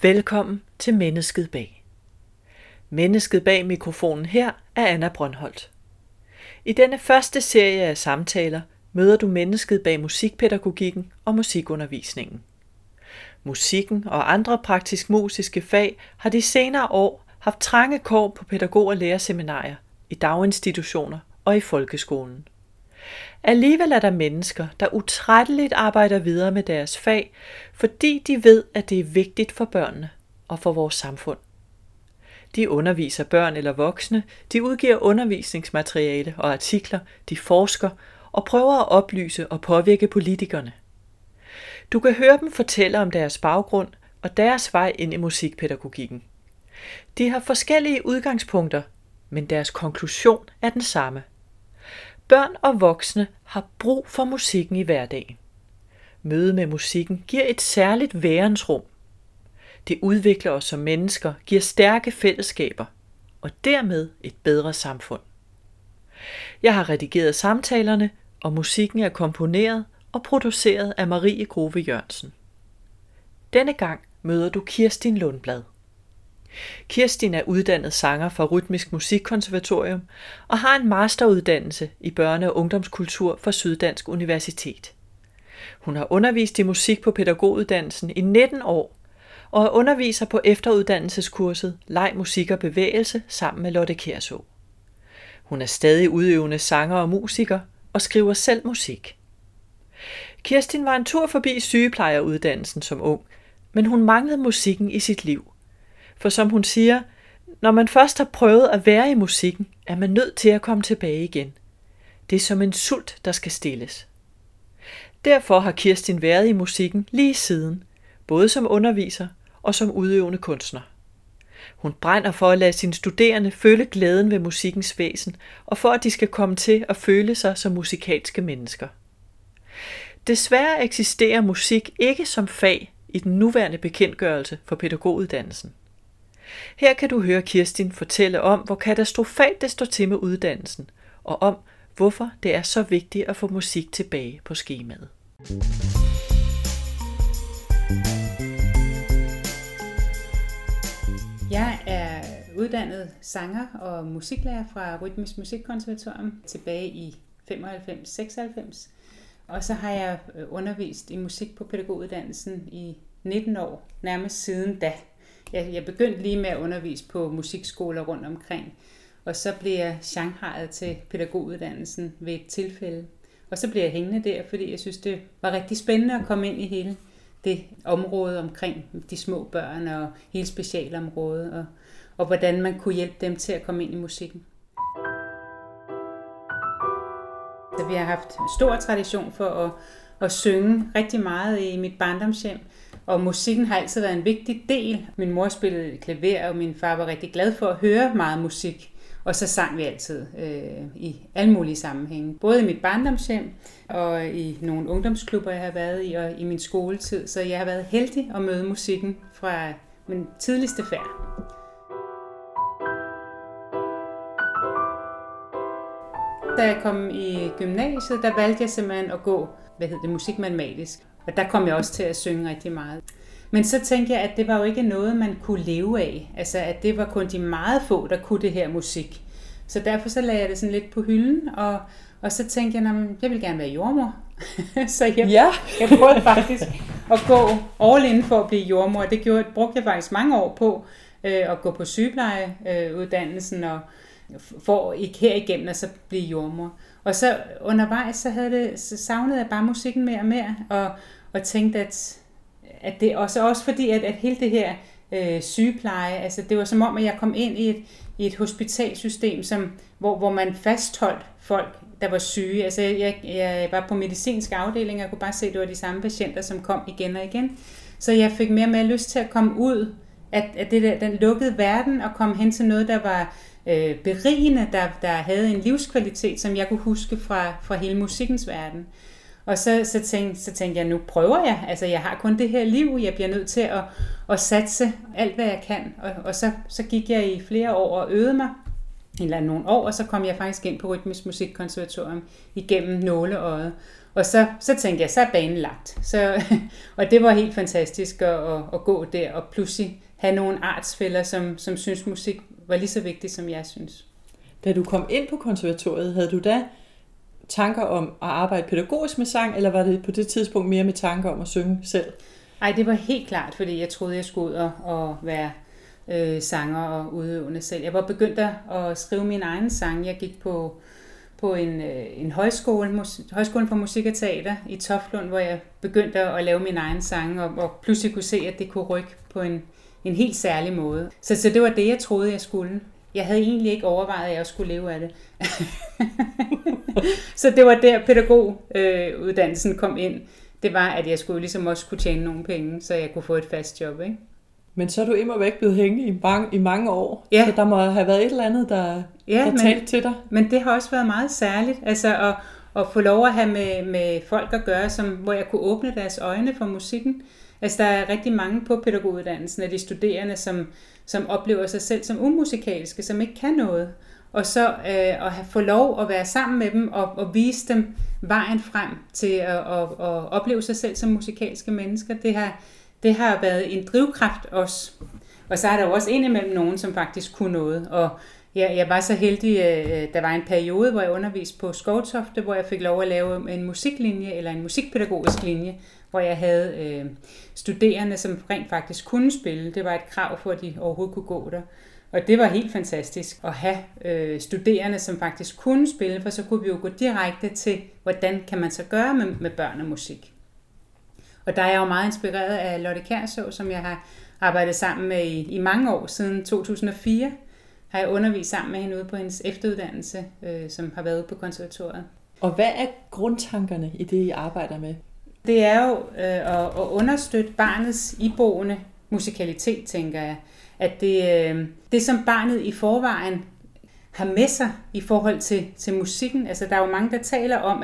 Velkommen til Mennesket bag. Mennesket bag mikrofonen her er Anna Brøndholt. I denne første serie af samtaler møder du mennesket bag musikpædagogikken og musikundervisningen. Musikken og andre praktisk-musiske fag har de senere år haft trange kår på pædagog- og lærerseminarier, i daginstitutioner og i folkeskolen. Alligevel er der mennesker, der utrætteligt arbejder videre med deres fag, fordi de ved, at det er vigtigt for børnene og for vores samfund. De underviser børn eller voksne, de udgiver undervisningsmateriale og artikler, de forsker og prøver at oplyse og påvirke politikerne. Du kan høre dem fortælle om deres baggrund og deres vej ind i musikpædagogikken. De har forskellige udgangspunkter, men deres konklusion er den samme. Børn og voksne har brug for musikken i hverdagen. Mødet med musikken giver et særligt værensrum. Det udvikler os som mennesker, giver stærke fællesskaber og dermed et bedre samfund. Jeg har redigeret samtalerne, og musikken er komponeret og produceret af Marie Grove Jørgensen. Denne gang møder du Kirstin Lundblad. Kirstin er uddannet sanger fra Rytmisk Musikkonservatorium og har en masteruddannelse i børne- og ungdomskultur fra Syddansk Universitet. Hun har undervist i musik på pædagoguddannelsen i 19 år og er underviser på efteruddannelseskurset Leg, Musik og Bevægelse sammen med Lotte Kjærså. Hun er stadig udøvende sanger og musiker og skriver selv musik. Kirstin var en tur forbi sygeplejeruddannelsen som ung, men hun manglede musikken i sit liv. For som hun siger, når man først har prøvet at være i musikken, er man nødt til at komme tilbage igen. Det er som en sult, der skal stilles. Derfor har Kirstin været i musikken lige siden, både som underviser og som udøvende kunstner. Hun brænder for at lade sine studerende føle glæden ved musikkens væsen, og for at de skal komme til at føle sig som musikalske mennesker. Desværre eksisterer musik ikke som fag i den nuværende bekendtgørelse for pædagoguddannelsen. Her kan du høre Kirstin fortælle om, hvor katastrofalt det står til med uddannelsen, og om, hvorfor det er så vigtigt at få musik tilbage på skemaet. Jeg er uddannet sanger og musiklærer fra Rytmisk Musikkonservatorium tilbage i 95-96. Og så har jeg undervist i musik på pædagoguddannelsen i 19 år, nærmest siden da. Jeg begyndte lige med at undervise på musikskoler rundt omkring, og så blev jeg shanghajet til pædagoguddannelsen ved et tilfælde. Og så blev jeg hængende der, fordi jeg synes, det var rigtig spændende at komme ind i hele det område omkring de små børn og hele specialområdet, og hvordan man kunne hjælpe dem til at komme ind i musikken. Så vi har haft stor tradition for at synge rigtig meget i mit barndomshjem, og musikken har altid været en vigtig del. Min mor spillede klaver, og min far var rigtig glad for at høre meget musik. Og så sang vi altid i alle mulige sammenhænge. Både i mit barndomshjem og i nogle ungdomsklubber, jeg har været i, og i min skoletid. Så jeg har været heldig at møde musikken fra min tidligste færd. Da jeg kom i gymnasiet, der valgte jeg simpelthen at gå musikmatematisk. Og der kom jeg også til at synge rigtig meget. Men så tænkte jeg, at det var jo ikke noget, man kunne leve af. Altså, at det var kun de meget få, der kunne det her musik. Så derfor så lagde jeg det sådan lidt på hylden, og så tænkte jeg, at jeg vil gerne være jordmor. Så jeg prøvede faktisk at gå all in for at blive jordmor. Det brugte jeg faktisk mange år på, at gå på sygeplejeuddannelsen og for ikke herigennem at så blive jordmor. Og så undervejs så savnede jeg bare musikken mere og mere, og tænkte, at det også fordi, at hele det her sygepleje, altså det var som om, at jeg kom ind i et hospitalsystem, hvor man fastholdt folk, der var syge. Altså jeg var på medicinsk afdeling, og jeg kunne bare se, at det var de samme patienter, som kom igen og igen. Så jeg fik mere og mere lyst til at komme ud af den lukkede verden, og komme hen til noget, der var berigende, der havde en livskvalitet, som jeg kunne huske fra hele musikkens verden. Og så tænkte jeg, nu prøver jeg. Altså, jeg har kun det her liv. Jeg bliver nødt til at satse alt, hvad jeg kan. Og så gik jeg i flere år og øvede mig. Eller nogle år, og så kom jeg faktisk ind på Rytmisk Musikkonservatorium igennem nåleøjet. Og så tænkte jeg, så er banen lagt. Og det var helt fantastisk at gå der og pludselig have nogle artsfæller, som synes musik var lige så vigtigt, som jeg synes. Da du kom ind på konservatoriet, havde du da tanker om at arbejde pædagogisk med sang, eller var det på det tidspunkt mere med tanker om at synge selv? Nej, det var helt klart, fordi jeg troede, jeg skulle ud og være sanger og udøvende selv. Jeg var begyndt at skrive min egen sang. Jeg gik på en højskole, Højskolen for Musik og Teater i Toftlund, hvor jeg begyndte at lave min egen sang, og pludselig kunne se, at det kunne rykke på en helt særlig måde. Så det var det, jeg troede, jeg skulle. Jeg havde egentlig ikke overvejet, at jeg skulle leve af det. Så det var der pædagoguddannelsen kom ind. Det var, at jeg skulle ligesom også kunne tjene nogle penge, så jeg kunne få et fast job, ikke? Men så er du immer væk blevet hængende i mange år, ja. Så der må have været et eller andet, der talte til dig. Men det har også været meget særligt, altså at få lov at have med folk at gøre, hvor jeg kunne åbne deres øjne for musikken. Altså der er rigtig mange på pædagoguddannelsen af de studerende, som oplever sig selv som umusikalske, som ikke kan noget. Og så at få lov at være sammen med dem og vise dem vejen frem til at opleve sig selv som musikalske mennesker, det har været en drivkraft også. Og så er der jo også indimellem nogen, som faktisk kunne noget. Og jeg var så heldig, der var en periode, hvor jeg underviste på Skovtofte, hvor jeg fik lov at lave en musiklinje eller en musikpædagogisk linje, hvor jeg havde studerende, som rent faktisk kunne spille. Det var et krav for, at de overhovedet kunne gå der. Og det var helt fantastisk at have studerende, som faktisk kunne spille, for så kunne vi jo gå direkte til, hvordan kan man så gøre med børn og musik. Og der er jeg jo meget inspireret af Lotte Kjærså, som jeg har arbejdet sammen med i mange år. Siden 2004 har jeg undervist sammen med hende ude på hendes efteruddannelse, som har været ude på konservatoriet. Og hvad er grundtankerne i det, I arbejder med? Det er jo at understøtte barnets iboende musikalitet, tænker jeg. At det som barnet i forvejen har med sig i forhold til musikken. Altså der er jo mange, der taler om,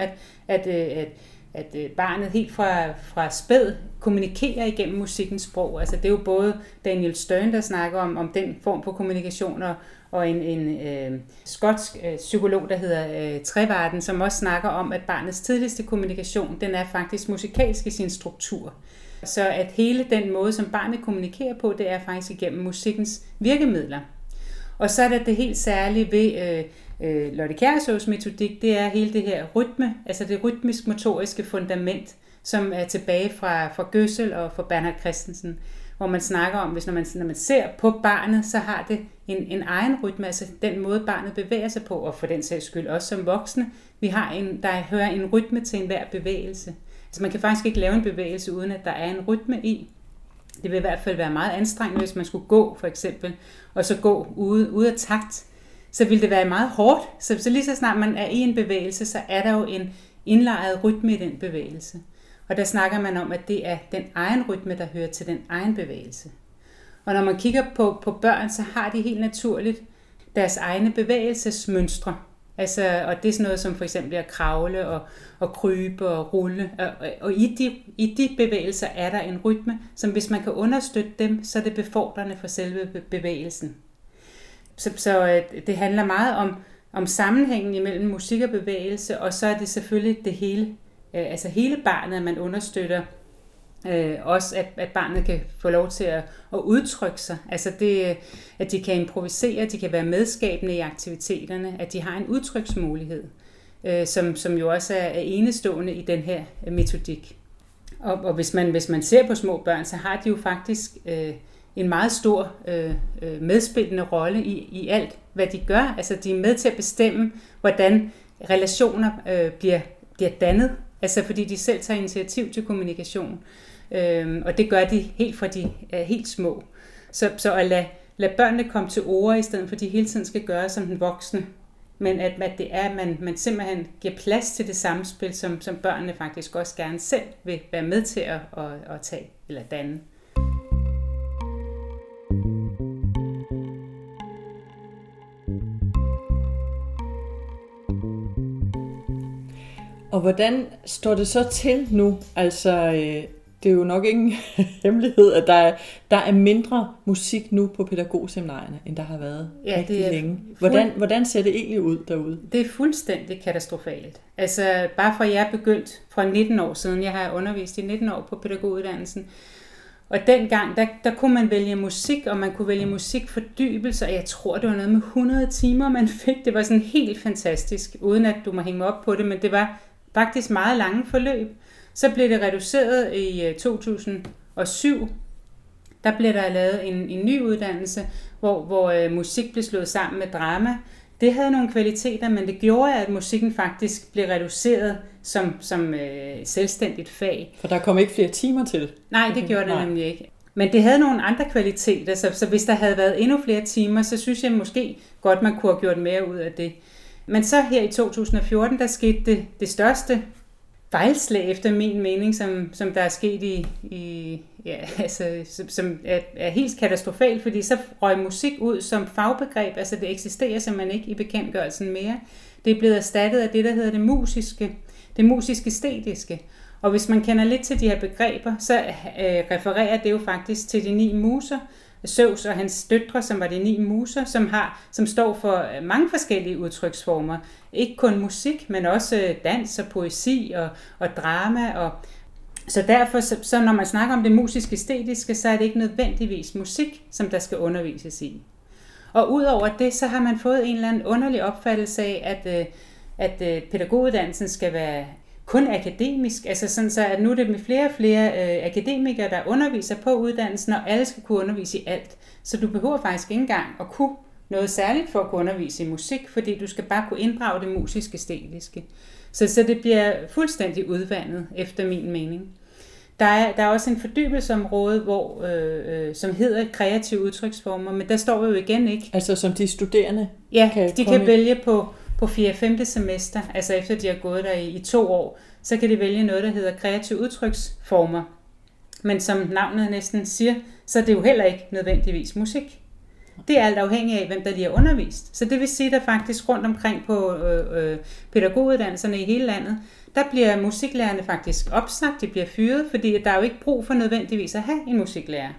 at barnet helt fra spæd kommunikerer igennem musikkens sprog. Altså det er jo både Daniel Stern, der snakker om den form for kommunikation, og en skotsk psykolog, der hedder Trevarden, som også snakker om, at barnets tidligste kommunikation, den er faktisk musikalsk i sin struktur. Så at hele den måde, som barnet kommunikerer på, det er faktisk igennem musikkens virkemidler. Og så er der det helt særlige ved Lotte Kjærsås metodik, det er hele det her rytme, altså det rytmisk-motoriske fundament, som er tilbage fra Gössel og fra Bernhard Christensen, hvor man snakker om, når man ser på barnet, så har det en egen rytme, altså den måde barnet bevæger sig på, og for den sags skyld også som voksne, der hører en rytme til enhver bevægelse. Altså man kan faktisk ikke lave en bevægelse, uden at der er en rytme i. Det vil i hvert fald være meget anstrengende, hvis man skulle gå for eksempel, og så gå ude af takt. Så vil det være meget hårdt. Så lige så snart man er i en bevægelse, så er der jo en indlejret rytme i den bevægelse. Og der snakker man om, at det er den egen rytme, der hører til den egen bevægelse. Og når man kigger på børn, så har de helt naturligt deres egne bevægelsesmønstre. Altså, og det er sådan noget som for eksempel at kravle og krybe og rulle. Og i de bevægelser er der en rytme, som hvis man kan understøtte dem, så er det befordrende for selve bevægelsen. Så det handler meget om sammenhængen imellem musik og bevægelse, og så er det selvfølgelig det hele, altså hele barnet, at man understøtter også, at barnet kan få lov til at udtrykke sig. Altså det, at de kan improvisere, de kan være medskabende i aktiviteterne, at de har en udtryksmulighed, som jo også er enestående i den her metodik. Og hvis man ser på små børn, så har de jo faktisk en meget stor medspillende rolle i alt, hvad de gør. Altså de er med til at bestemme, hvordan relationer bliver dannet, altså fordi de selv tager initiativ til kommunikation. Og det gør de helt fra de er helt små. Så at lade børnene komme til ord, i stedet for de hele tiden skal gøre som den voksne. Men at det er, at man simpelthen giver plads til det samspil, som børnene faktisk også gerne selv vil være med til at tage eller danne. Og hvordan står det så til nu? Altså, Det er jo nok ingen hemmelighed, at der er mindre musik nu på pædagogseminarierne, end der har været rigtig længe. Hvordan ser det egentlig ud derude? Det er fuldstændig katastrofalt. Altså bare fra jeg er begyndt fra 19 år siden, jeg har undervist i 19 år på pædagoguddannelsen, og dengang, der kunne man vælge musik, og man kunne vælge musikfordybelse, og jeg tror, det var noget med 100 timer, man fik. Det var sådan helt fantastisk, uden at du må hænge mig op på det, men det var faktisk meget lange forløb. Så blev det reduceret i 2007. Der blev der lavet en ny uddannelse, hvor musik blev slået sammen med drama. Det havde nogle kvaliteter, men det gjorde, at musikken faktisk blev reduceret som selvstændigt fag. For der kom ikke flere timer til? Nej, det gjorde det nemlig ikke. Men det havde nogle andre kvaliteter, så hvis der havde været endnu flere timer, så synes jeg måske godt, man kunne have gjort mere ud af det. Men så her i 2014, der skete det største fejlslag efter min mening, som der er sket som er helt katastrofalt, fordi så røg musik ud som fagbegreb, altså det eksisterer simpelthen ikke i bekendtgørelsen mere. Det er blevet erstattet af det, der hedder det musisk-æstetiske. Og hvis man kender lidt til de her begreber, så refererer det jo faktisk til de 9 muser, Zeus og hans døtre, som var de 9 muser, som står for mange forskellige udtryksformer. Ikke kun musik, men også dans og poesi og drama. Så derfor, så når man snakker om det musisk-æstetiske, så er det ikke nødvendigvis musik, som der skal undervises i. Og udover det, så har man fået en eller anden underlig opfattelse af, at pædagoguddannelsen skal være kun akademisk, altså sådan så, at nu er det med flere og flere akademikere, der underviser på uddannelsen, og alle skal kunne undervise i alt. Så du behøver faktisk ikke engang at kunne noget særligt for at kunne undervise i musik, fordi du skal bare kunne inddrage det musisk-æstetiske. Så det bliver fuldstændig udvandet, efter min mening. Der er også en fordybelsesområde, som hedder kreative udtryksformer, men der står jo igen ikke. Altså som de studerende? Ja, de kan vælge på 4. og 5. semester, altså efter de har gået der i 2 år, så kan de vælge noget, der hedder kreative udtryksformer. Men som navnet næsten siger, så er det jo heller ikke nødvendigvis musik. Det er alt afhængigt af, hvem der lige har undervist. Så det vil sige, at der faktisk rundt omkring på pædagoguddannelserne i hele landet, der bliver musiklærerne faktisk opsagt, de bliver fyret, fordi der er jo ikke brug for nødvendigvis at have en musiklærer.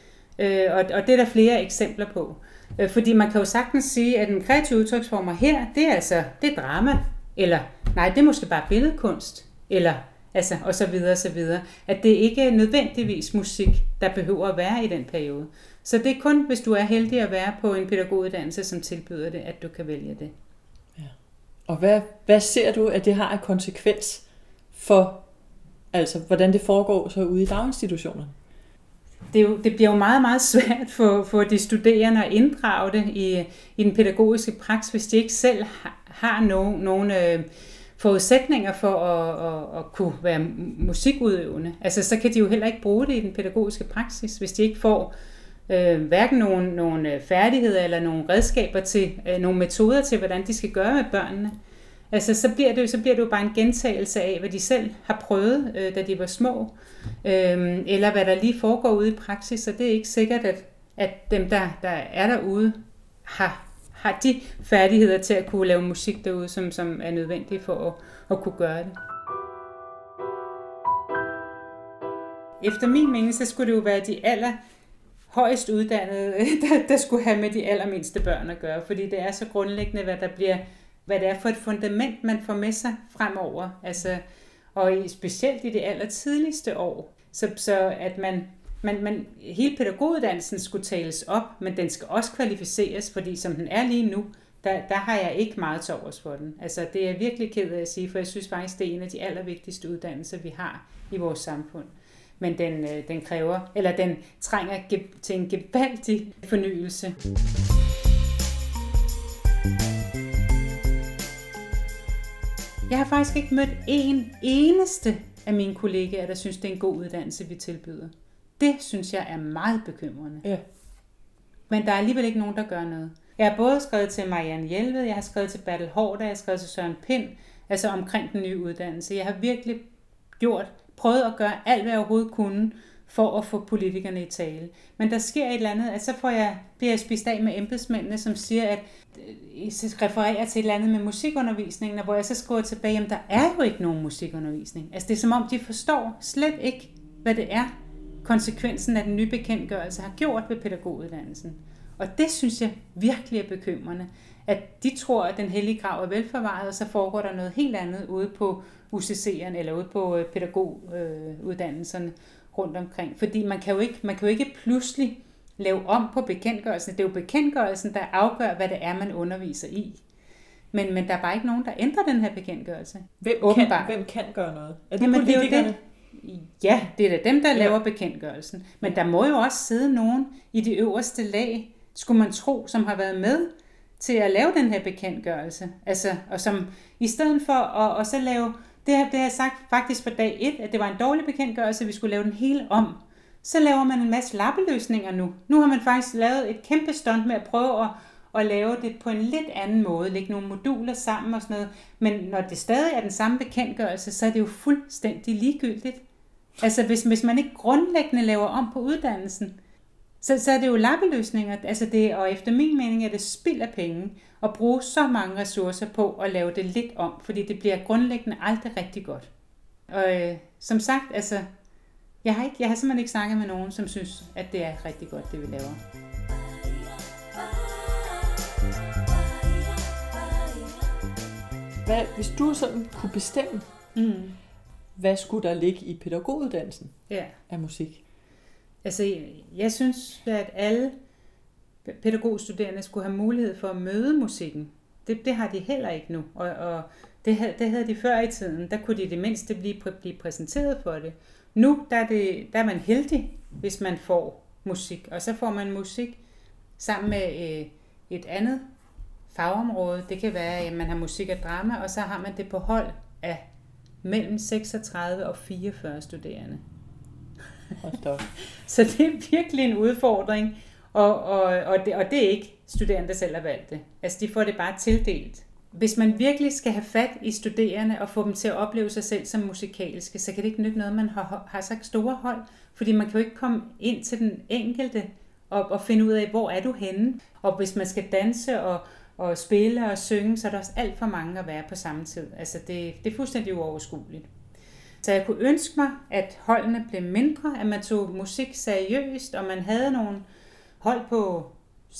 Og det er der flere eksempler på. Fordi man kan jo sagtens sige, at den kreative udtryksformer her, det er drama, eller nej, det er måske bare billedkunst, eller altså, og så videre, og så videre. At det ikke er nødvendigvis musik, der behøver at være i den periode. Så det er kun, hvis du er heldig at være på en pædagoguddannelse, som tilbyder det, at du kan vælge det. Ja. Og hvad ser du, at det har af konsekvens for, altså hvordan det foregår så ude i daginstitutionerne? Det bliver jo meget, meget svært for de studerende at inddrage det i den pædagogiske praksis, hvis de ikke selv har nogen forudsætninger for at kunne være musikudøvende. Altså, så kan de jo heller ikke bruge det i den pædagogiske praksis, hvis de ikke får hverken nogle færdigheder eller nogle redskaber til, nogle metoder til, hvordan de skal gøre med børnene. Altså, så bliver det jo bare en gentagelse af, hvad de selv har prøvet, da de var små, eller hvad der lige foregår ude i praksis, og det er ikke sikkert, at dem, der er derude, har de færdigheder til at kunne lave musik derude, som er nødvendige for at kunne gøre det. Efter min mening, så skulle det jo være de højst uddannede, der skulle have med de allermindste børn at gøre, fordi det er så grundlæggende, hvad det er for et fundament, man får med sig fremover. Altså, og specielt i det allertidligste år. Så at man hele pædagoguddannelsen skulle tales op, men den skal også kvalificeres, fordi som den er lige nu, der har jeg ikke meget til overs for den. Altså, det er jeg virkelig ked af at sige, for jeg synes faktisk, det er en af de allervigtigste uddannelser, vi har i vores samfund. Men den trænger til en gevaldig fornyelse. Jeg har faktisk ikke mødt en eneste af mine kollegaer, der synes, det er en god uddannelse, vi tilbyder. Det synes jeg er meget bekymrende. Ja. Men der er alligevel ikke nogen, der gør noget. Jeg har både skrevet til Marianne Hjelved, jeg har skrevet til Bertel Haarder, jeg har skrevet til Søren Pind, altså omkring den nye uddannelse. Jeg har virkelig prøvet at gøre alt, hvad jeg overhovedet kunne, for at få politikerne i tale. Men der sker et eller andet, at så bliver jeg spist af med embedsmændene, som siger, at refererer til et eller andet med musikundervisningen, hvor jeg så skriver tilbage, at der er jo ikke nogen musikundervisning. Altså det er som om, de forstår slet ikke hvad det er, konsekvensen af den nye bekendtgørelse har gjort ved pædagoguddannelsen. Og det synes jeg virkelig er bekymrende, at de tror, at den hellige grav er velforvaret, og så foregår der noget helt andet ude på UCC'erne eller ude på pædagoguddannelserne rundt omkring. Fordi man kan jo ikke pludselig lave om på bekendtgørelsen. Det er jo bekendtgørelsen, der afgør, hvad det er, man underviser i. Men der er bare ikke nogen, der ændrer den her bekendtgørelse. Hvem kan gøre noget? Er det Jamen, politikerne? Ja, det er da dem, der laver bekendtgørelsen. Men der må jo også sidde nogen i de øverste lag, skulle man tro, som har været med til at lave den her bekendtgørelse. Altså, og som i stedet for at så lave, det har jeg sagt faktisk fra dag 1, at det var en dårlig bekendtgørelse, vi skulle lave den hele om. Så laver man en masse lappeløsninger nu. Nu har man faktisk lavet et kæmpe stunt med at prøve at lave det på en lidt anden måde, lægge nogle moduler sammen og sådan noget. Men når det stadig er den samme bekendtgørelse, så er det jo fuldstændig ligegyldigt. Altså hvis man ikke grundlæggende laver om på uddannelsen, så er det jo lappeløsninger. Altså og efter min mening er det spild af penge at bruge så mange ressourcer på at lave det lidt om, fordi det bliver grundlæggende aldrig rigtig godt. Og som sagt, altså, jeg har simpelthen ikke snakket med nogen, som synes, at det er rigtig godt, det vi laver. Hvis du sådan kunne bestemme, hvad skulle der ligge i pædagoguddannelsen af musik? Altså, jeg synes, at alle pædagogstuderende skulle have mulighed for at møde musikken. Det har de heller ikke nu, og det havde de før i tiden. Der kunne de det mindste blive præsenteret for det. Nu der er man heldig, hvis man får musik, og så får man musik sammen med et andet fagområde. Det kan være, at man har musik og drama, og så har man det på hold af mellem 36 og 44 studerende. Så det er virkelig en udfordring, og det er ikke studerende, der selv har valgt det. Altså, de får det bare tildelt. Hvis man virkelig skal have fat i studerende og få dem til at opleve sig selv som musikalske, så kan det ikke nytte noget, man har så store hold, fordi man kan jo ikke komme ind til den enkelte og finde ud af, hvor er du henne. Og hvis man skal danse og spille og synge, så er der også alt for mange at være på samme tid. Altså, det er fuldstændig uoverskueligt. Så jeg kunne ønske mig, at holdene blev mindre, at man tog musik seriøst, og man havde nogle hold på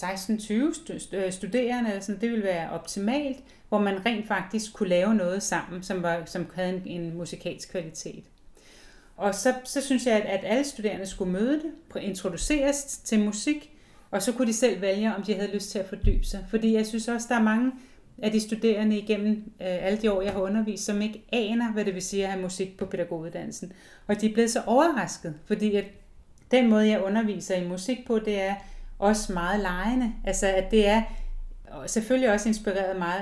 16-20 studerende, eller sådan, det ville være optimalt, hvor man rent faktisk kunne lave noget sammen, som havde en musikalsk kvalitet. Og så synes jeg, at alle studerende skulle møde det, introduceres til musik, og så kunne de selv vælge, om de havde lyst til at fordybe sig. Fordi jeg synes også, der er mange af de studerende igennem alle de år, jeg har undervist, som ikke aner, hvad det vil sige at have musik på pædagoguddannelsen. Og de er blevet så overrasket, fordi at den måde, jeg underviser i musik på, det er også meget legende. Altså, at det er selvfølgelig også inspireret meget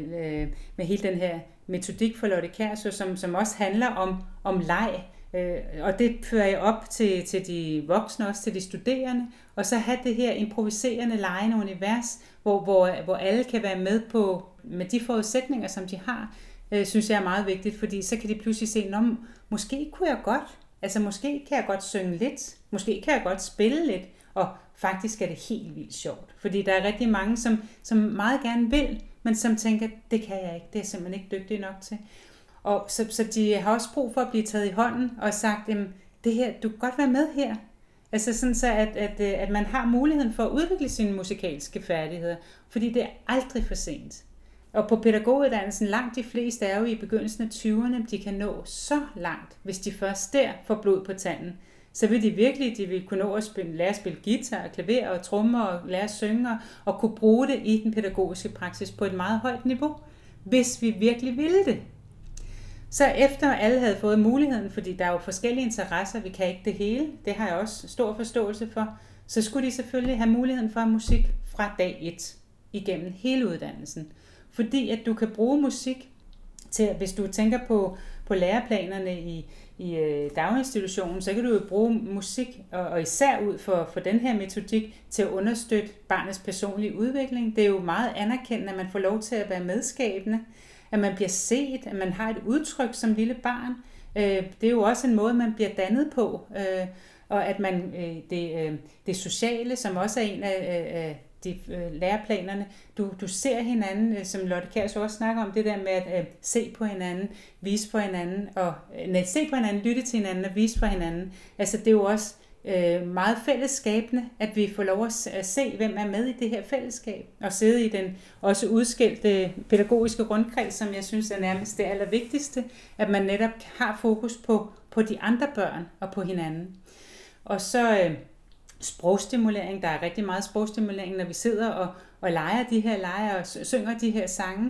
med hele den her metodik for Lotte Kjærsø, som også handler om leg. Og det fører jeg op til de voksne, også til de studerende, og så have det her improviserende, legende univers, hvor alle kan være med på med de forudsætninger, som de har, synes jeg er meget vigtigt, fordi så kan de pludselig se, måske kunne jeg godt, altså måske kan jeg godt synge lidt, måske kan jeg godt spille lidt, og faktisk er det helt vildt sjovt, fordi der er rigtig mange, som meget gerne vil, men som tænker, det kan jeg ikke, det er jeg simpelthen ikke dygtig nok til. Og så de har også brug for at blive taget i hånden og sagt, det her, du kan godt være med her. Altså sådan så, at man har muligheden for at udvikle sine musikalske færdigheder, fordi det er aldrig for sent. Og på pædagoguddannelsen, langt de fleste er jo i begyndelsen af 20'erne, de kan nå så langt, hvis de først der får blod på tanden. Så vil de vil kunne nå at lære at spille guitar, klaver og trommer og lære at synge og kunne bruge det i den pædagogiske praksis på et meget højt niveau, hvis vi virkelig ville det. Så efter alle havde fået muligheden, fordi der er jo forskellige interesser, vi kan ikke det hele, det har jeg også stor forståelse for, så skulle de selvfølgelig have muligheden for musik fra dag 1 igennem hele uddannelsen. Fordi at du kan bruge musik til, hvis du tænker på læreplanerne i daginstitutionen, så kan du jo bruge musik, og især ud for den her metodik, til at understøtte barnets personlige udvikling. Det er jo meget anerkendende, at man får lov til at være medskabende, at man bliver set, at man har et udtryk som lille barn. Det er jo også en måde, man bliver dannet på, og at man det sociale, som også er en af læreplanerne. Du ser hinanden, som Lotte Kjærs også snakker om, det der med at se på hinanden, vise på hinanden, se på hinanden, lytte til hinanden og vise på hinanden. Altså det er jo også meget fællesskabende, at vi får lov at se, hvem er med i det her fællesskab, og sidde i den også udskilte pædagogiske rundkreds, som jeg synes er nærmest det allervigtigste, at man netop har fokus på de andre børn og på hinanden. Og så sprogstimulering. Der er rigtig meget sprogstimulering, når vi sidder og leger de her lege og synger de her sange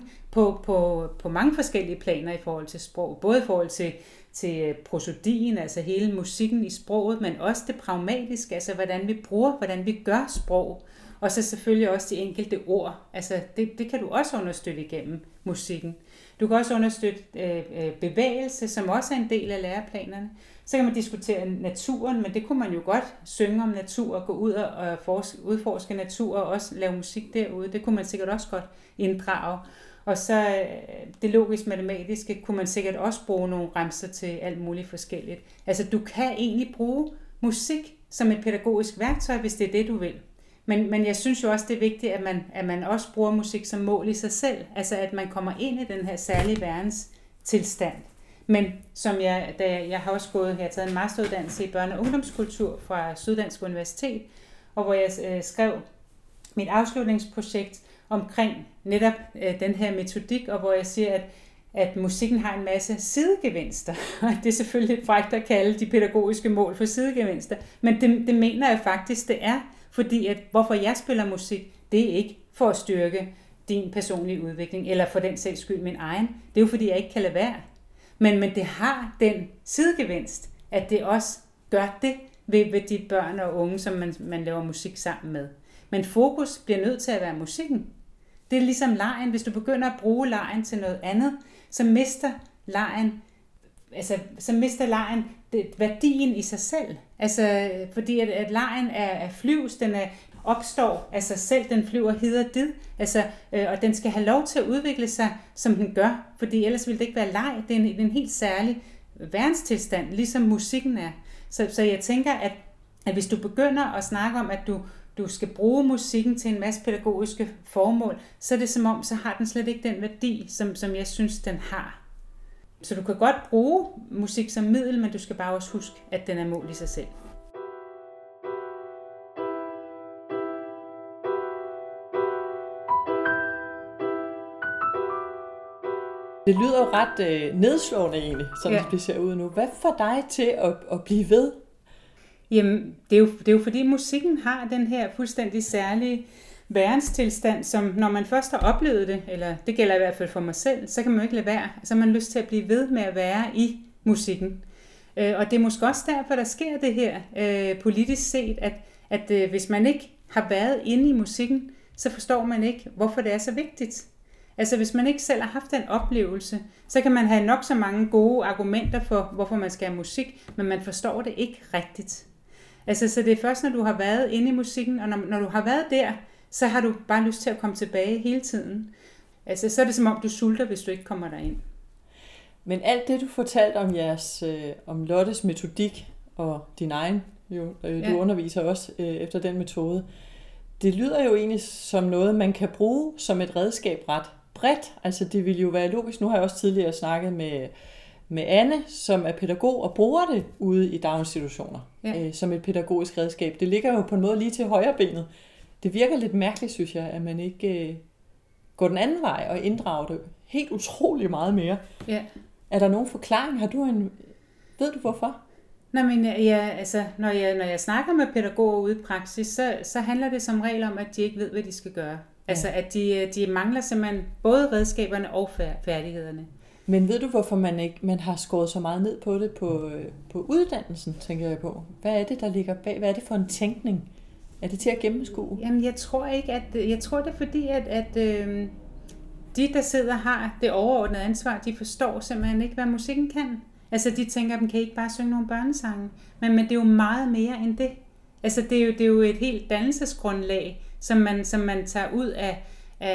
på mange forskellige planer i forhold til sprog. Både i forhold til prosodien, altså hele musikken i sproget, men også det pragmatiske, altså hvordan vi gør sprog. Og så selvfølgelig også de enkelte ord. Altså det kan du også understøtte igennem musikken. Du kan også understøtte bevægelse, som også er en del af læreplanerne. Så kan man diskutere naturen, men det kunne man jo godt synge om natur og gå ud og udforske natur og også lave musik derude. Det kunne man sikkert også godt inddrage. Og så det logisk-matematiske kunne man sikkert også bruge nogle remser til alt muligt forskelligt. Altså du kan egentlig bruge musik som et pædagogisk værktøj, hvis det er det, du vil. Men jeg synes jo også, det er vigtigt, at man også bruger musik som mål i sig selv. Altså at man kommer ind i den her særlige verdenstilstand. Men som jeg har også taget en masteruddannelse i børne- og ungdomskultur fra Syddansk Universitet, og hvor jeg skrev mit afslutningsprojekt omkring netop den her metodik, og hvor jeg siger, at musikken har en masse sidegevinster. Det er selvfølgelig lidt frækt at kalde de pædagogiske mål for sidegevinster, men det mener jeg faktisk, det er, fordi at hvorfor jeg spiller musik, det er ikke for at styrke din personlige udvikling, eller for den sags skyld min egen. Det er jo fordi, jeg ikke kan lade være. Men det har den sidegevinst, at det også gør det ved de børn og unge, som man laver musik sammen med. Men fokus bliver nødt til at være musikken. Det er ligesom legen. Hvis du begynder at bruge legen til noget andet, så mister legen værdien i sig selv. Altså, fordi at legen er flyvs, den opstår af sig selv, den flyver hid og did, altså, og den skal have lov til at udvikle sig, som den gør, fordi ellers ville det ikke være leg. Det er en helt særlig verdenstilstand, ligesom musikken er. Så jeg tænker, at hvis du begynder at snakke om, at du skal bruge musikken til en masse pædagogiske formål, så er det som om, så har den slet ikke den værdi, som jeg synes, den har. Så du kan godt bruge musik som middel, men du skal bare også huske, at den er mål i sig selv. Det lyder jo ret nedslående egentlig, som det ser ud nu. Hvad får dig til at blive ved? Jamen, det er jo fordi musikken har den her fuldstændig særlige værenstilstand, som når man først har oplevet det, eller det gælder i hvert fald for mig selv, så kan man jo ikke lade være. Så har man lyst til at blive ved med at være i musikken. Og det er måske også derfor, der sker det her politisk set, at hvis man ikke har været inde i musikken, så forstår man ikke, hvorfor det er så vigtigt. Altså hvis man ikke selv har haft den oplevelse, så kan man have nok så mange gode argumenter for, hvorfor man skal have musik, men man forstår det ikke rigtigt. Altså så det er først, når du har været inde i musikken, og når du har været der, så har du bare lyst til at komme tilbage hele tiden. Altså så er det som om, du sulter, hvis du ikke kommer derind. Men alt det, du fortalte om om Lottes metodik og din egen, du underviser også efter den metode, det lyder jo egentlig som noget, man kan bruge som et redskab ret bredt. Altså det vil jo være logisk. Nu har jeg også tidligere snakket med Anne, som er pædagog og bruger det ude i daginstitutioner som et pædagogisk redskab. Det ligger jo på en måde lige til højre benet. Det virker lidt mærkeligt, synes jeg, at man ikke går den anden vej og inddrager det helt utrolig meget mere. Ja. Er der nogen forklaring? Ved du hvorfor? Nej, men altså, når jeg snakker med pædagoger ude i praksis, så handler det som regel om, at de ikke ved, hvad de skal gøre. Ja. Altså, at de mangler simpelthen både redskaberne og færdighederne. Men ved du, hvorfor man har skåret så meget ned på det på uddannelsen, tænker jeg på? Hvad er det, der ligger bag? Hvad er det for en tænkning? Er det til at gennemskue? Jamen, jeg tror det er fordi, at de, der sidder har det overordnede ansvar, de forstår simpelthen ikke, hvad musikken kan. Altså, de tænker, at man kan ikke bare synge nogle børnesange. Men det er jo meget mere end det. Altså, det er jo et helt dannelsesgrundlag, som man tager ud af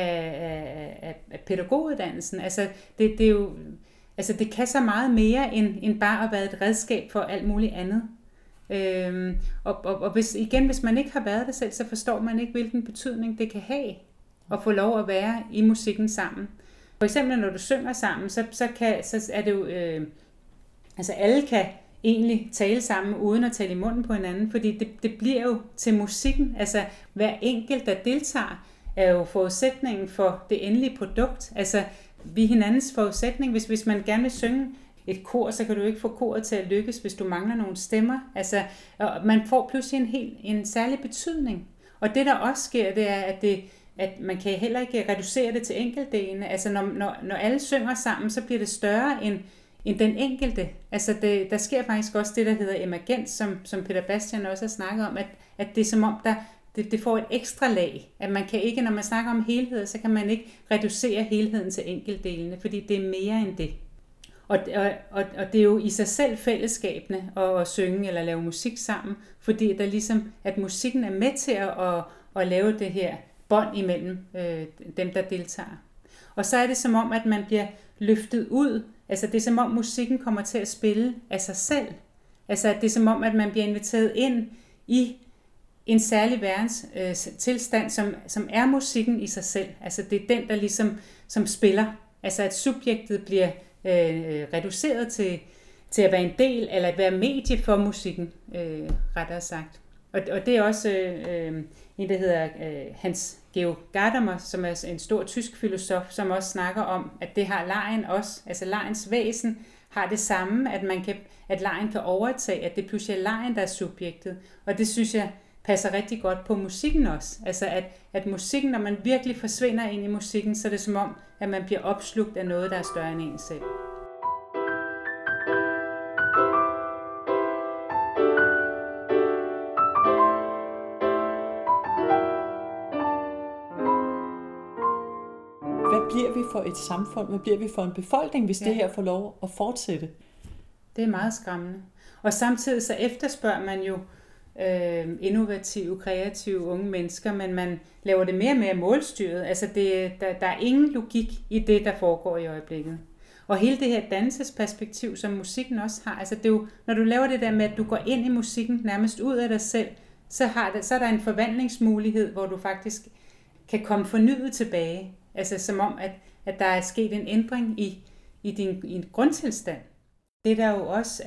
pædagoguddannelsen. Altså, det er jo, altså, det kan så meget mere end bare at være et redskab for alt muligt andet. Og hvis man ikke har været der selv, så forstår man ikke, hvilken betydning det kan have at få lov at være i musikken sammen. For eksempel når du synger sammen, så er det jo, altså alle kan egentlig tale sammen uden at tale i munden på hinanden, fordi det bliver jo til musikken. Altså hver enkelt, der deltager, er jo forudsætningen for det endelige produkt. Altså vi er hinandens forudsætning. Hvis man gerne vil synge et kor, så kan du ikke få koret til at lykkes, hvis du mangler nogle stemmer. Altså man får pludselig en særlig betydning. Og det der også sker, det er, at man kan heller ikke reducere det til enkeltdelene. Altså når alle synger sammen, så bliver det større end den enkelte. Altså der sker faktisk også det, der hedder emergens, som Peter Bastian også har snakket om, at det er som om, det får et ekstra lag. At man kan ikke, når man snakker om helhed, så kan man ikke reducere helheden til enkeltdelene, fordi det er mere end det. Og det er jo i sig selv fællesskabene at synge eller lave musik sammen, fordi der ligesom, at musikken er med til at lave det her bånd imellem dem, der deltager. Og så er det som om, at man bliver løftet ud. Altså det er som om, musikken kommer til at spille af sig selv. Altså det er som om, at man bliver inviteret ind i en særlig tilstand, som er musikken i sig selv. Altså det er den, der ligesom som spiller. Altså at subjektet bliver reduceret til at være en del, eller at være medie for musikken, rettere sagt. Og det er også en, der hedder Hans Georg Gadamer, som er en stor tysk filosof, som også snakker om, at det har legen også, altså legens væsen har det samme, at legen kan overtage, at det pludselig er legen, der er subjektet. Og det synes jeg passer rigtig godt på musikken også. Altså at musikken, når man virkelig forsvinder ind i musikken, så er det som om, at man bliver opslugt af noget, der er større end en selv. Hvad bliver vi for et samfund? Hvad bliver vi for en befolkning, hvis det her får lov at fortsætte? Det er meget skræmmende. Og samtidig så efterspørger man jo innovative, kreative unge mennesker, men man laver det mere og mere målstyret. Altså der er ingen logik i det, der foregår i øjeblikket. Og hele det her dannelsesperspektiv, som musikken også har, altså det er jo, når du laver det der med, at du går ind i musikken nærmest ud af dig selv, så er der en forvandlingsmulighed, hvor du faktisk kan komme fornyet tilbage. Altså som om, at der er sket en ændring i din grundtilstand. Det der jo også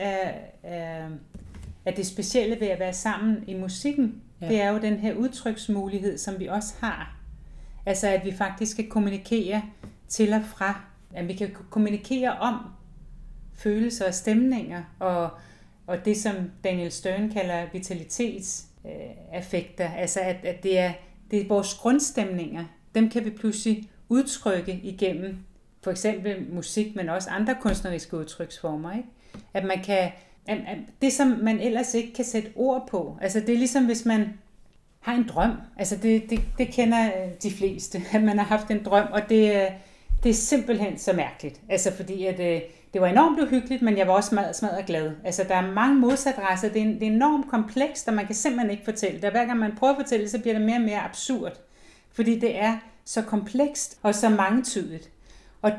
er det specielle ved at være sammen i musikken, det er jo den her udtryksmulighed, som vi også har. Altså at vi faktisk kan kommunikere til og fra. At vi kan kommunikere om følelser og stemninger, og det som Daniel Stern kalder vitalitetsaffekter. Altså at det er vores grundstemninger. Dem kan vi pludselig udtrykke igennem for eksempel musik, men også andre kunstneriske udtryksformer. Ikke? At man kan det, som man ellers ikke kan sætte ord på. Altså det er ligesom, hvis man har en drøm. Altså det kender de fleste, at man har haft en drøm, og det er simpelthen så mærkeligt. Altså fordi, at det var enormt uhyggeligt, men jeg var også smadret glad. Altså der er mange modsadresser. Det er enormt komplekst, og man kan simpelthen ikke fortælle det. Hver gang man prøver at fortælle det, så bliver det mere og mere absurd. Fordi det er så komplekst og så mangetydigt. Og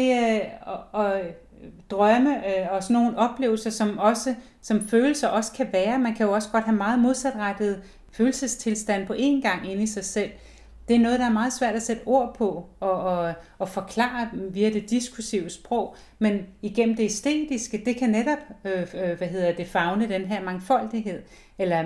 drømme og sådan nogle oplevelser, som følelser også kan være. Man kan jo også godt have meget modsatrettet følelsestilstand på én gang inde i sig selv. Det er noget, der er meget svært at sætte ord på og forklare via det diskursive sprog, men igennem det æstetiske, det kan netop favne den her mangfoldighed, eller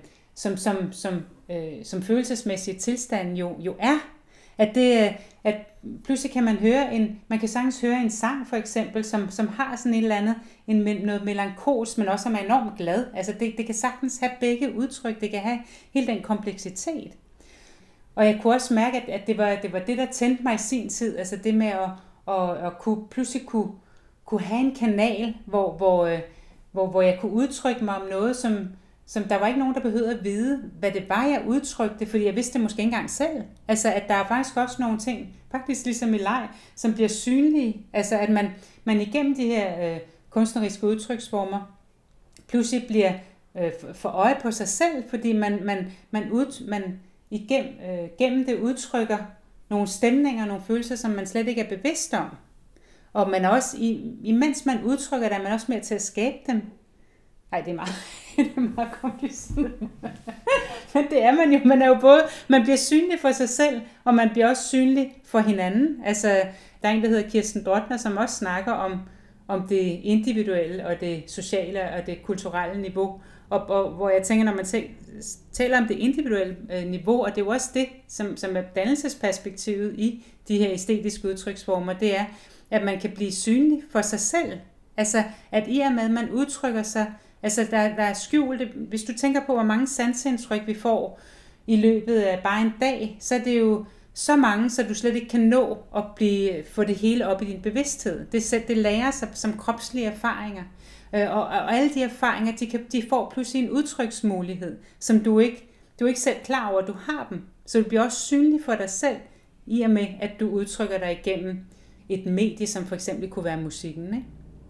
som følelsesmæssig tilstand jo er. At pludselig kan man kan sagtens høre en sang for eksempel, som har sådan et eller andet, noget melankolsk, men også er enormt glad. Altså det kan sagtens have begge udtryk, det kan have hele den kompleksitet. Og jeg kunne også mærke, at det var det, der tændte mig i sin tid, altså det med at pludselig kunne have en kanal, hvor jeg kunne udtrykke mig om noget, som der var ikke nogen, der behøvede at vide, hvad det var, jeg udtrykte, fordi jeg vidste det måske ikke engang selv. Altså, at der er faktisk også nogle ting, faktisk ligesom i leg, som bliver synlige. Altså, at man igennem de her kunstneriske udtryksformer pludselig bliver for øje på sig selv, fordi man gennem det udtrykker nogle stemninger, nogle følelser, som man slet ikke er bevidst om. Og man også, imens man udtrykker det, er man også med til at skabe dem. Ej, det er meget, det er meget kompliceret. Men det er man jo. Man er jo både, man bliver synlig for sig selv, og man bliver også synlig for hinanden. Altså, der er en, der hedder Kirsten Dortner, som også snakker om det individuelle og det sociale og det kulturelle niveau. Og hvor jeg tænker, når man taler om det individuelle niveau, og det er jo også det, som er dannelsesperspektivet i de her æstetiske udtryksformer, det er, at man kan blive synlig for sig selv. Altså, at i og med, at man udtrykker sig, altså der er skjulte, hvis du tænker på, hvor mange sanseindtryk vi får i løbet af bare en dag, så er det jo så mange, så du slet ikke kan nå at få det hele op i din bevidsthed. Det lærer sig som kropslige erfaringer. Og alle de erfaringer, de får pludselig en udtryksmulighed, som du er ikke selv klar over, at du har dem. Så du bliver også synlig for dig selv, i og med, at du udtrykker dig igennem et medie, som for eksempel kunne være musikken. Ikke?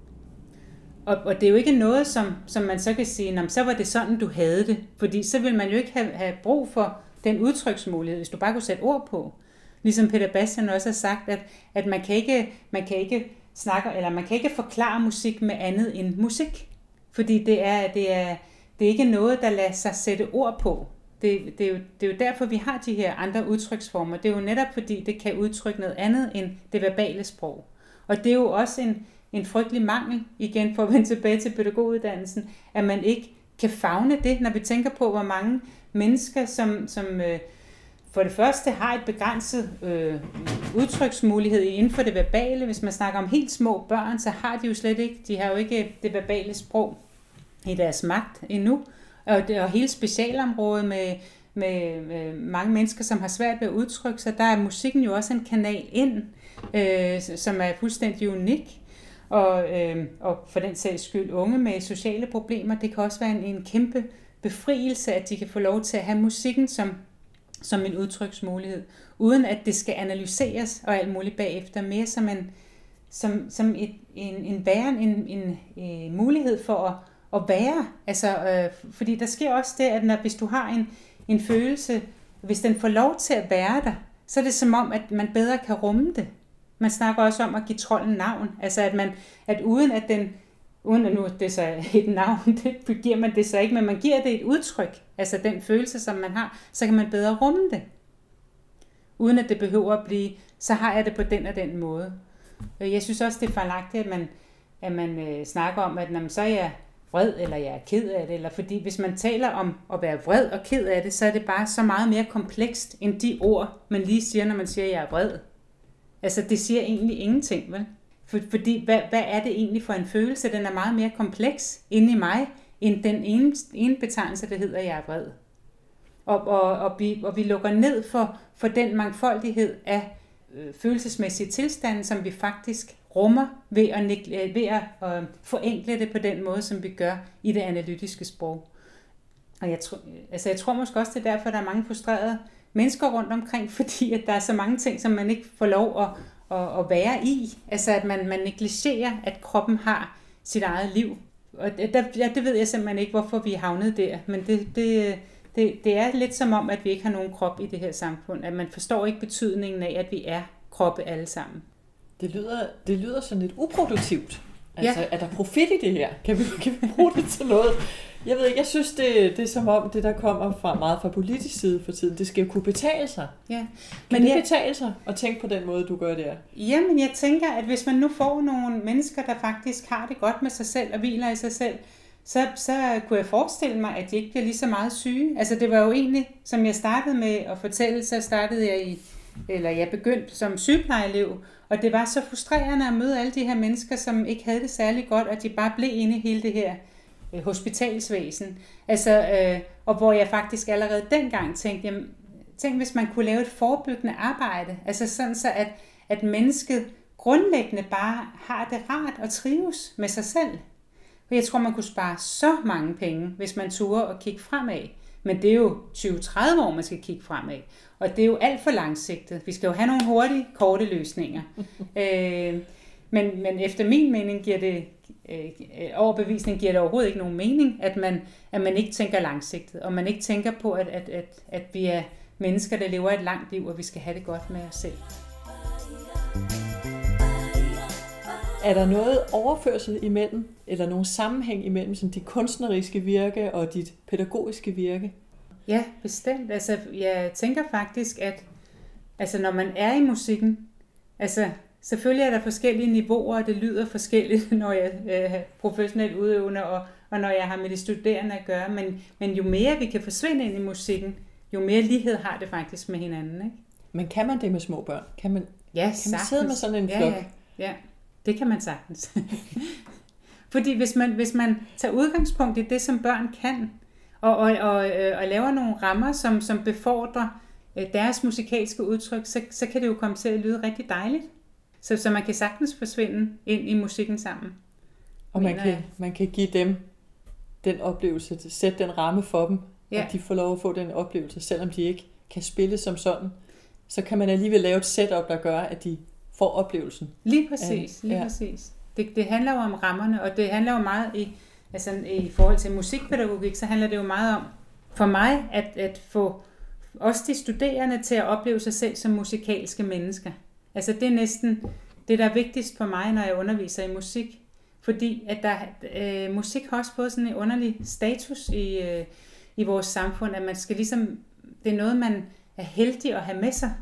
Og det er jo ikke noget, som man så kan sige, så var det sådan, du havde det. Fordi så vil man jo ikke have brug for den udtryksmulighed, hvis du bare kunne sætte ord på. Ligesom Peter Bastian også har sagt, at man kan ikke snakke, eller man kan ikke forklare musik med andet end musik. Fordi det er ikke noget, der lader sig sætte ord på. Det er jo derfor, vi har de her andre udtryksformer. Det er jo netop fordi, det kan udtrykke noget andet end det verbale sprog. Og det er jo også en frygtelig mangel, igen for at vende tilbage til pædagoguddannelsen, at man ikke kan favne det, når vi tænker på, hvor mange mennesker, som for det første har et begrænset udtryksmulighed inden for det verbale. Hvis man snakker om helt små børn, så har de har jo ikke det verbale sprog i deres magt endnu. Og hele specialområdet med mange mennesker, som har svært ved at udtrykke sig, der er musikken jo også en kanal ind, som er fuldstændig unik. Og for den sags skyld unge med sociale problemer, det kan også være en kæmpe befrielse, at de kan få lov til at have musikken som en udtryksmulighed, uden at det skal analyseres og alt muligt bagefter, mere som en mulighed for at være. Altså, fordi der sker også det, at hvis du har en følelse, hvis den får lov til at være der, så er det som om, at man bedre kan rumme det. Man snakker også om at give trolden navn, altså uden at nu det så er et navn, det giver man det så ikke, men man giver det et udtryk, altså den følelse, som man har, så kan man bedre rumme det. Uden at det behøver at blive, så har jeg det på den og den måde. Jeg synes også, det er fejlagtigt, at man snakker om, at så er jeg vred, eller jeg er ked af det, eller fordi hvis man taler om at være vred og ked af det, så er det bare så meget mere komplekst, end de ord, man lige siger, når man siger, at jeg er vred. Altså, det siger egentlig ingenting, vel? Fordi, hvad er det egentlig for en følelse? Den er meget mere kompleks inde i mig, end den ene betegnelse, der hedder, jeg er vred. Og vi lukker ned for den mangfoldighed af følelsesmæssige tilstande, som vi faktisk rummer ved at forenkle det på den måde, som vi gør i det analytiske sprog. Og jeg tror måske også, det er derfor, der er mange frustrerede mennesker rundt omkring, fordi at der er så mange ting, som man ikke får lov at være i. Altså at man negligerer, at kroppen har sit eget liv. Og det ved jeg simpelthen ikke, hvorfor vi er havnet der. Men det er lidt som om, at vi ikke har nogen krop i det her samfund. At man forstår ikke betydningen af, at vi er kroppe alle sammen. Det lyder sådan lidt uproduktivt. Altså, ja. Er der profit i det her? Kan vi bruge det til noget? Jeg ved ikke, jeg synes, det er som om, det der kommer meget fra politisk side for tiden, det skal jo kunne betale sig. Ja. Men det betale sig at tænke på den måde, du gør der? Jamen, jeg tænker, at hvis man nu får nogle mennesker, der faktisk har det godt med sig selv og hviler i sig selv, så kunne jeg forestille mig, at de ikke bliver lige så meget syge. Altså, det var jo egentlig, som jeg startede med at fortælle, så startede jeg begyndte som sygeplejeelev, og det var så frustrerende at møde alle de her mennesker, som ikke havde det særlig godt, og de bare blev inde i hele det her hospitalsvæsen. Altså, og hvor jeg faktisk allerede dengang tænkte, jamen, tænk hvis man kunne lave et forebyggende arbejde, altså sådan så, at mennesket grundlæggende bare har det rart og trives med sig selv. Og jeg tror, man kunne spare så mange penge, hvis man turde at kigge fremad. Men det er jo 20-30 år, man skal kigge fremad. Og det er jo alt for langsigtet. Vi skal jo have nogle hurtige, korte løsninger. Men efter min mening giver det overhovedet ikke nogen mening, at man ikke tænker langsigtet, og man ikke tænker på, at vi er mennesker, der lever et langt liv, og vi skal have det godt med os selv. Er der noget overførsel imellem, eller nogen sammenhæng imellem sådan dit kunstneriske virke og dit pædagogiske virke? Ja, bestemt. Altså, jeg tænker faktisk, at når man er i musikken, selvfølgelig er der forskellige niveauer, og det lyder forskelligt, når jeg er professionelt udøvende, og når jeg har med de studerende at gøre, men jo mere vi kan forsvinde ind i musikken, jo mere lighed har det faktisk med hinanden, ikke? Men kan man det med små børn? Kan man sidde med sådan en flok? Ja, det kan man sagtens. Fordi hvis man tager udgangspunkt i det, som børn kan, og laver nogle rammer, som befordrer deres musikalske udtryk, så kan det jo komme til at lyde rigtig dejligt. Så man kan sagtens forsvinde ind i musikken sammen. Og man kan give dem den oplevelse, sætte den ramme for dem, at de får lov at få den oplevelse, selvom de ikke kan spille som sådan. Så kan man alligevel lave et setup, der gør, at de får oplevelsen. Lige præcis. Det handler jo om rammerne, og det handler jo meget i forhold til musikpædagogik, så handler det jo meget om, for mig, at få også de studerende til at opleve sig selv som musikalske mennesker. Altså det er næsten det, der er vigtigst for mig, når jeg underviser i musik. Fordi at musik har også fået sådan en underlig status i vores samfund, at man skal ligesom, det er noget, man er heldig at have med sig.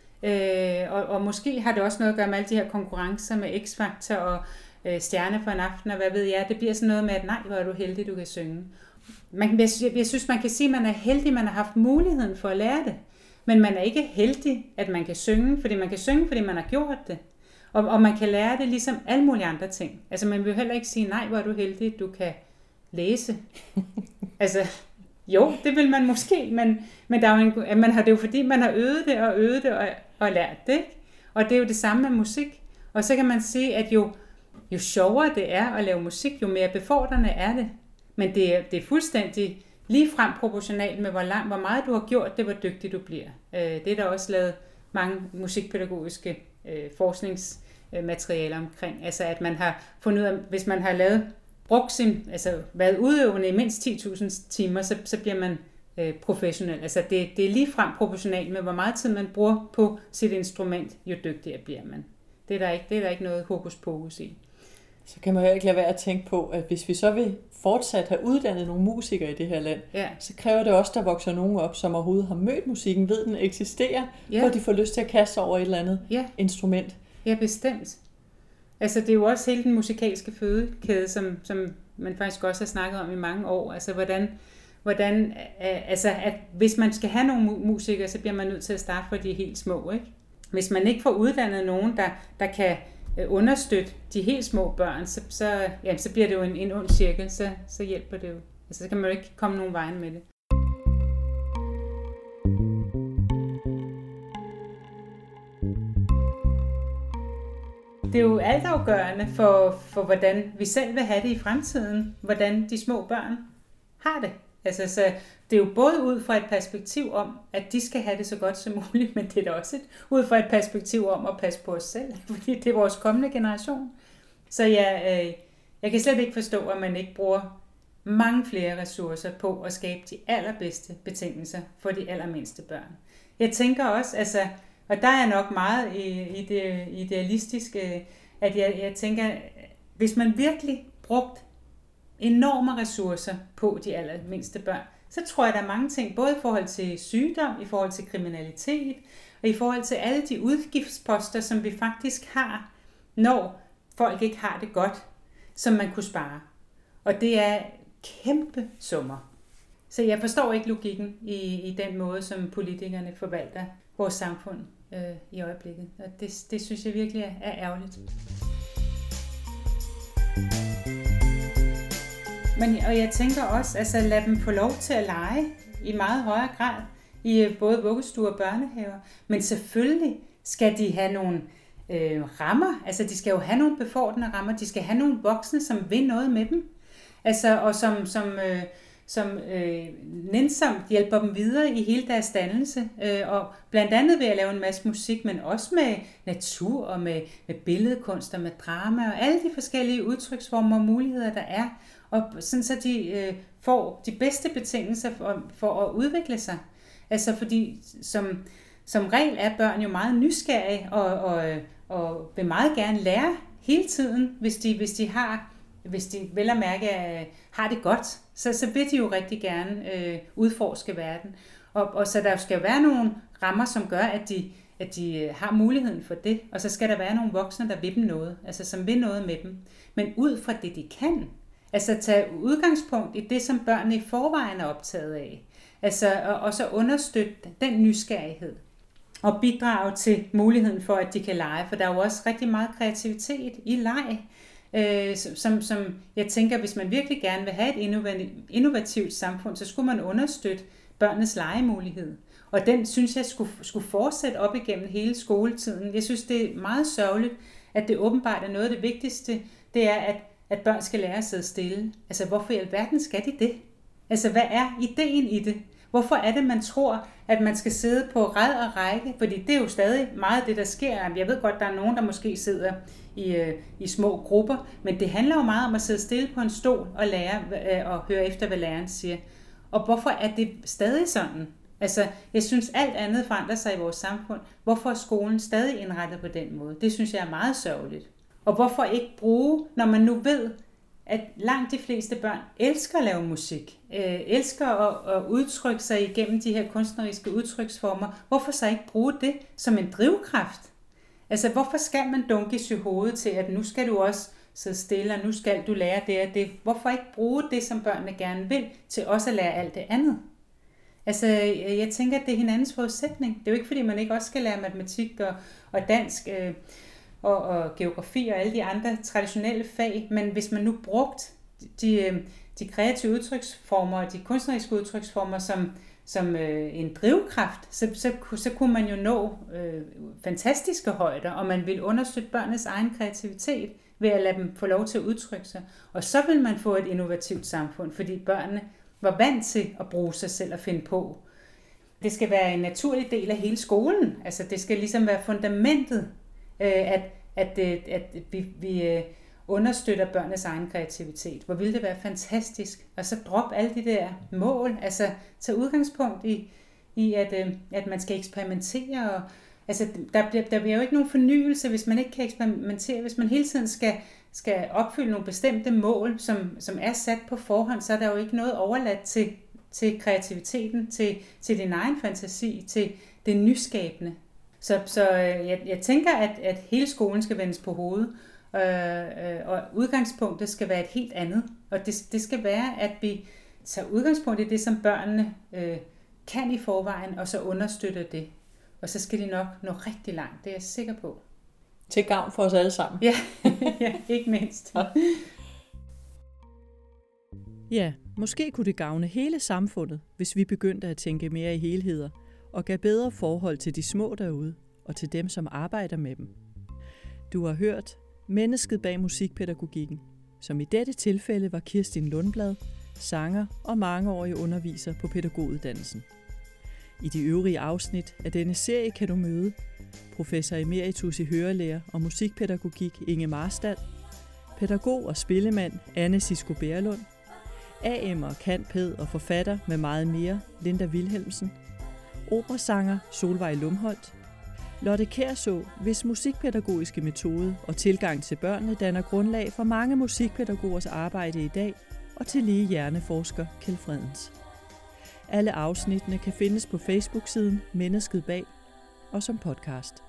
Og måske har det også noget at gøre med alle de her konkurrencer med X-Factor og stjerne for en aften, og hvad ved jeg. Det bliver sådan noget med, at nej, hvor er du heldig, du kan synge. Jeg synes, man kan sige, at man er heldig, man har haft muligheden for at lære det. Men man er ikke heldig, at man kan synge, fordi man kan synge, fordi man har gjort det. Og man kan lære det ligesom alle mulige andre ting. Altså man vil jo heller ikke sige, nej, hvor er du heldig, du kan læse. Altså, jo, det vil man måske, men der er jo man har det jo, fordi man har øvet det og lært det, ikke? Og det er jo det samme med musik. Og så kan man sige, at jo sjovere det er at lave musik, jo mere befordrende er det. Men det er fuldstændig ligefrem proportionalt med, hvor meget du har gjort det, hvor dygtig du bliver. Det er der også lavet mange musikpædagogiske forskningsmaterialer omkring. Altså at man har fundet ud af, hvis man har været udøvende i mindst 10.000 timer, så bliver man professionel. Altså det er ligefrem proportionalt med, hvor meget tid man bruger på sit instrument, jo dygtigere bliver man. Det er der ikke noget hokus pokus i. Så kan man jo ikke lade være at tænke på, at hvis vi så vil fortsat have uddannet nogle musikere i det her land, så kræver det også, der vokser nogen op, som overhovedet har mødt musikken, ved den eksisterer, hvor de får lyst til at kaste over et eller andet instrument. Ja, bestemt. Altså det er jo også hele den musikalske fødekæde, som man faktisk også har snakket om i mange år. Altså hvordan at hvis man skal have nogle musikere, så bliver man nødt til at starte fra de helt små, ikke? Hvis man ikke får uddannet nogen, der kan understøtte de helt små børn, så bliver det jo en ond cirkel, så hjælper det jo. Altså så kan man jo ikke komme nogen vejen med det. Det er jo altafgørende for hvordan vi selv vil have det i fremtiden, hvordan de små børn har det. Altså, så det er jo både ud fra et perspektiv om, at de skal have det så godt som muligt, men det er da også ud fra et perspektiv om at passe på os selv, fordi det er vores kommende generation. Så jeg kan slet ikke forstå, at man ikke bruger mange flere ressourcer på at skabe de allerbedste betingelser for de allermindste børn. Jeg tænker også, og der er nok meget i det idealistiske, at jeg tænker, hvis man virkelig brugte enorme ressourcer på de allermindste børn, så tror jeg, der er mange ting, både i forhold til sygdom, i forhold til kriminalitet, og i forhold til alle de udgiftsposter, som vi faktisk har, når folk ikke har det godt, som man kunne spare. Og det er kæmpe summer. Så jeg forstår ikke logikken i den måde, som politikerne forvalter vores samfund i øjeblikket. Og det synes jeg virkelig er ærgerligt. Og jeg tænker også, lad dem få lov til at lege i meget højere grad i både vuggestuer og børnehaver. Men selvfølgelig skal de have nogle rammer. Altså de skal jo have nogle befordrende rammer. De skal have nogle voksne, som vil noget med dem. Altså, og som nænsomt hjælper dem videre i hele deres dannelse. Og blandt andet ved at lave en masse musik, men også med natur og med billedkunst og med drama og alle de forskellige udtryksformer og muligheder, der er. Og sådan så de får de bedste betingelser for at udvikle sig. Altså fordi som regel er børn jo meget nysgerrige og vil meget gerne lære hele tiden, hvis de vel at mærke har det godt, så vil de jo rigtig gerne udforske verden. Og så der skal være nogle rammer, som gør, at de har muligheden for det, og så skal der være nogle voksne, der vil dem noget, altså som vil noget med dem. Men ud fra det, de kan, altså tage udgangspunkt i det, som børnene i forvejen er optaget af, altså, og så understøtte den nysgerrighed, og bidrage til muligheden for, at de kan lege, for der er jo også rigtig meget kreativitet i leg, som jeg tænker, hvis man virkelig gerne vil have et innovativt samfund, så skulle man understøtte børnenes legemulighed. Og den synes jeg skulle fortsætte op igennem hele skoletiden. Jeg synes, det er meget sørgeligt, at det åbenbart er noget af det vigtigste, det er, at børn skal lære at sidde stille. Altså, hvorfor i alverden skal de det? Altså, hvad er ideen i det? Hvorfor er det, man tror, at man skal sidde på ræd og række? Fordi det er jo stadig meget det, der sker. Jeg ved godt, der er nogen, der måske sidder i små grupper, men det handler jo meget om at sidde stille på en stol og lære og høre efter, hvad læreren siger. Og hvorfor er det stadig sådan? Altså, jeg synes, alt andet forandrer sig i vores samfund. Hvorfor er skolen stadig indrettet på den måde? Det synes jeg er meget sørgeligt. Og hvorfor ikke bruge, når man nu ved, at langt de fleste børn elsker at lave musik, elsker at udtrykke sig igennem de her kunstneriske udtryksformer, hvorfor så ikke bruge det som en drivkraft? Altså, hvorfor skal man dunkes i hovedet til, at nu skal du også sidde stille, og nu skal du lære det og det? Hvorfor ikke bruge det, som børnene gerne vil, til også at lære alt det andet? Altså, jeg tænker, at det er hinandens forudsætning. Det er jo ikke, fordi man ikke også skal lære matematik og dansk og geografi og alle de andre traditionelle fag, men hvis man nu brugt de kreative udtryksformer og de kunstneriske udtryksformer som en drivkraft, så kunne man jo nå fantastiske højder, og man vil understøtte børnenes egen kreativitet ved at lade dem få lov til at udtrykke sig. Og så vil man få et innovativt samfund, fordi børnene var vant til at bruge sig selv og finde på. Det skal være en naturlig del af hele skolen. Altså, det skal ligesom være fundamentet, at vi understøtter børnenes egen kreativitet. Hvor ville det være fantastisk. Og så drop alle de der mål. Altså, tage udgangspunkt i at man skal eksperimentere. Og, altså, der bliver jo ikke nogen fornyelse, hvis man ikke kan eksperimentere. Hvis man hele tiden skal opfylde nogle bestemte mål, som er sat på forhånd, så er der jo ikke noget overladt til kreativiteten, til din egen fantasi, til det nyskabende. Så jeg tænker, at hele skolen skal vendes på hovedet, og udgangspunktet skal være et helt andet. Og det skal være, at vi tager udgangspunkt i det, som børnene kan i forvejen, og så understøtter det. Og så skal de nok nå rigtig langt, det er jeg sikker på. Til gavn for os alle sammen. Ja, ja, ikke mindst. Ja, måske kunne det gavne hele samfundet, hvis vi begyndte at tænke mere i helheder, og gav bedre forhold til de små derude, og til dem, som arbejder med dem. Du har hørt Mennesket bag musikpædagogikken, som i dette tilfælde var Kirstin Lundblad, sanger og mangeårig underviser på pædagoguddannelsen. I de øvrige afsnit af denne serie kan du møde professor emeritus i hørelære og musikpædagogik Inge Marstal, pædagog og spillemand Anne Sisko Bærlund, AM og cand.pæd og forfatter med meget mere Linda Wilhelmsen, operasanger Solveig Lumholdt, Lotte Kjærså, hvis musikpædagogiske metode og tilgang til børnene danner grundlag for mange musikpædagogers arbejde i dag, og til lige hjerneforsker Kjeld Fredens. Alle afsnittene kan findes på Facebook-siden Mennesket bag og som podcast.